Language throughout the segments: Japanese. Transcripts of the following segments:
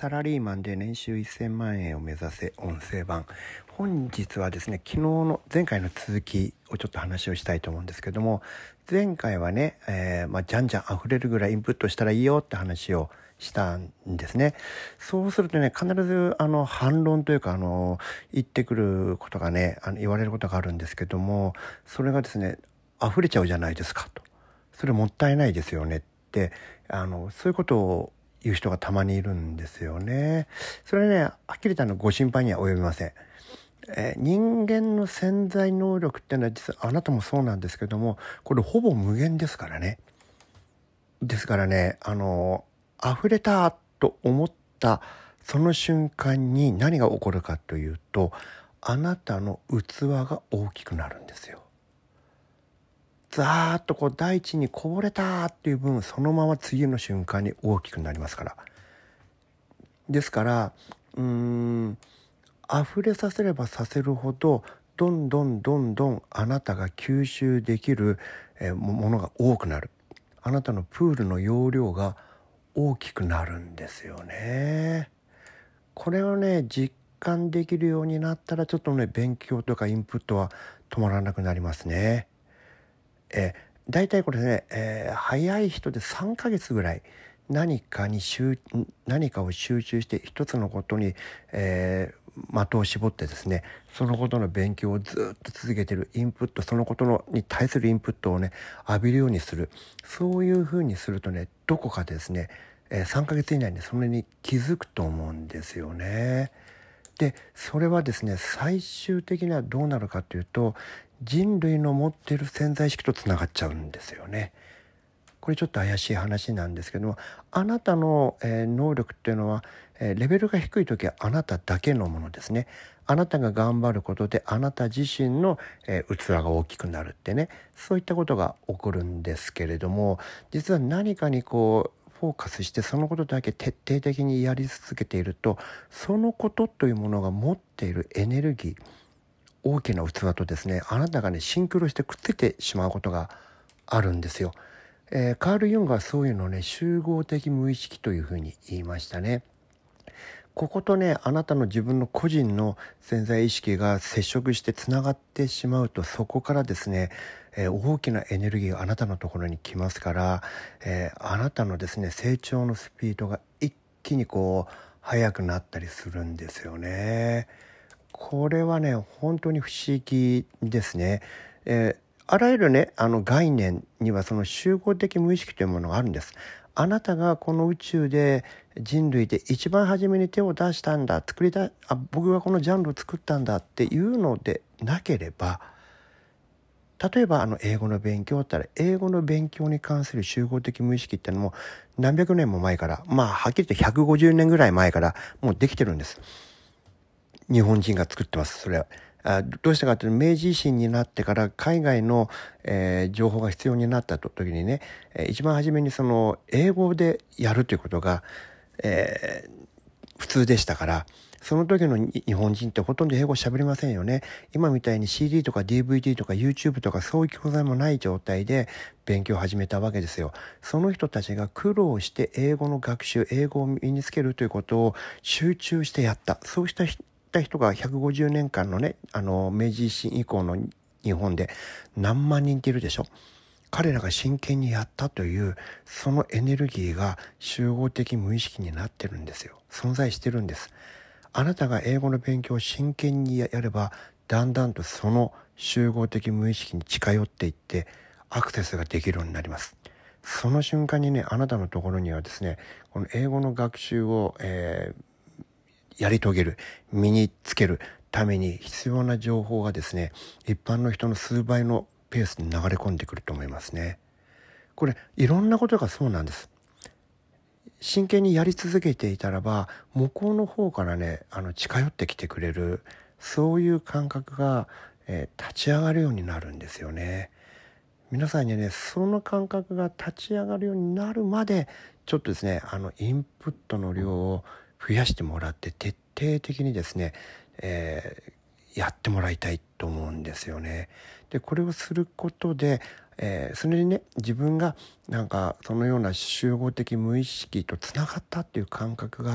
サラリーマンで年収1000万円を目指せ音声版。本日はですね、昨日の前回の続きをちょっと話をしたいと思うんですけども、前回はね、じゃんじゃん溢れるぐらいインプットしたらいいよって話をしたんですね。そうするとね、必ず反論というか言ってくることがね、言われることがあるんですけども、それがですね、溢れちゃうじゃないですかと。それもったいないですよねって、そういうことを言う人がたまにいるんですよね。それはね、はっきり言ったご心配には及びません。人間の潜在能力っていうのは実はあなたもそうなんですけども、これほぼ無限ですからね。ですからね、溢れたと思ったその瞬間に何が起こるかというと、あなたの器が大きくなるんですよ。ザーッと大地にこぼれたっていう分、そのまま次の瞬間に大きくなりますから。ですから溢れさせればさせるほどどんどんあなたが吸収できるものが多くなる。あなたのプールの容量が大きくなるんですよね。これをね実感できるようになったら、ちょっとね勉強とかインプットは止まらなくなりますね。だいたいこれね、早い人で3ヶ月ぐらい何かを集中して一つのことに、的を絞ってですね、そのことの勉強をずっと続けている。インプット、そのことに対するインプットをね浴びるようにする。そういうふうにするとね、どこかですね、3ヶ月以内にそれに気づくと思うんですよね。でそれはですね、最終的にはどうなるかというと、人類の持っている潜在意識とつながっちゃうんですよね。これちょっと怪しい話なんですけども、あなたの、能力っていうのは、レベルが低い時はあなただけのものですね。あなたが頑張ることであなた自身の、器が大きくなるってね、そういったことが起こるんですけれども、実は何かにフォーカスしてそのことだけ徹底的にやり続けていると、そのことというものが持っているエネルギー、大きな器とですね、あなたがねシンクロしてくっついてしまうことがあるんですよ。カール・ユングはそういうのをね、集合的無意識というふうに言いましたね。こことね、あなたの自分の個人の潜在意識が接触してつながってしまうと、そこからですね、大きなエネルギーがあなたのところに来ますから、あなたのですね成長のスピードが一気に速くなったりするんですよね。これはね本当に不思議ですね。あらゆるね概念にはその集合的無意識というものがあるんです。あなたがこの宇宙で人類で一番初めに手を出したんだ、僕がこのジャンルを作ったんだっていうのでなければ、例えば英語の勉強だったら、英語の勉強に関する集合的無意識っていうのも何百年も前から、はっきり言って150年ぐらい前からもうできてるんです。日本人が作ってます。それはどうしたかというと、明治維新になってから海外の、情報が必要になった時にね、一番初めにその英語でやるということが、普通でしたから、その時の日本人ってほとんど英語喋りませんよね。今みたいに CD とか DVD とか YouTube とかそういう教材もない状態で勉強を始めたわけですよ。その人たちが苦労して英語の学習、英語を身につけるということを集中してやった。そうした人が150年間のね、明治維新以降の日本で何万人っているでしょ。彼らが真剣にやったというそのエネルギーが集合的無意識になってるんですよ。存在してるんです。あなたが英語の勉強を真剣にやれば、だんだんとその集合的無意識に近寄っていってアクセスができるようになります。その瞬間にね、あなたのところにはですね、この英語の学習を、やり遂げる、身につけるために必要な情報がですね、一般の人の数倍のペースに流れ込んでくると思いますね。これいろんなことがそうなんです。真剣にやり続けていたらば、向こうの方からね近寄ってきてくれる、そういう感覚が、立ち上がるようになるんですよね。皆さんにはね、その感覚が立ち上がるようになるまで、ちょっとですねインプットの量を増やしてもらって、徹底的にですね、やってもらいたいと思うんですよね。でこれをすることで、それにね、自分がなんかそのような集合的無意識とつながったっていう感覚が、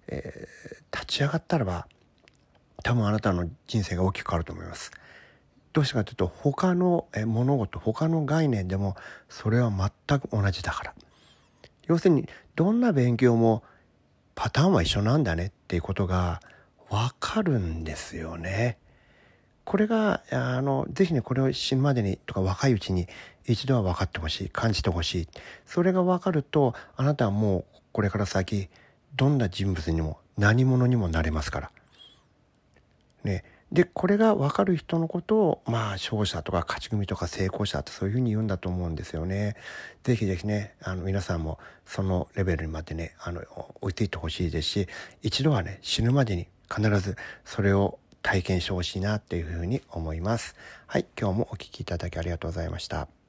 立ち上がったらば多分あなたの人生が大きく変わると思います。どうしてかというと他の物事、他の概念でもそれは全く同じだから。要するにどんな勉強もパターンは一緒なんだねっていうことがわかるんですよね。これがぜひねこれを死ぬまでにとか若いうちに一度は分かってほしい、感じてほしい。それが分かるとあなたはもうこれから先どんな人物にも何者にもなれますからね。でこれが分かる人のことを勝者とか勝ち組とか成功者ってそういうふうに言うんだと思うんですよね。ぜひぜひね皆さんもそのレベルにまでね置いていってほしいですし、一度はね死ぬまでに必ずそれを体験してほしいなっていうふうに思います。はい、今日もお聞きいただきありがとうございました。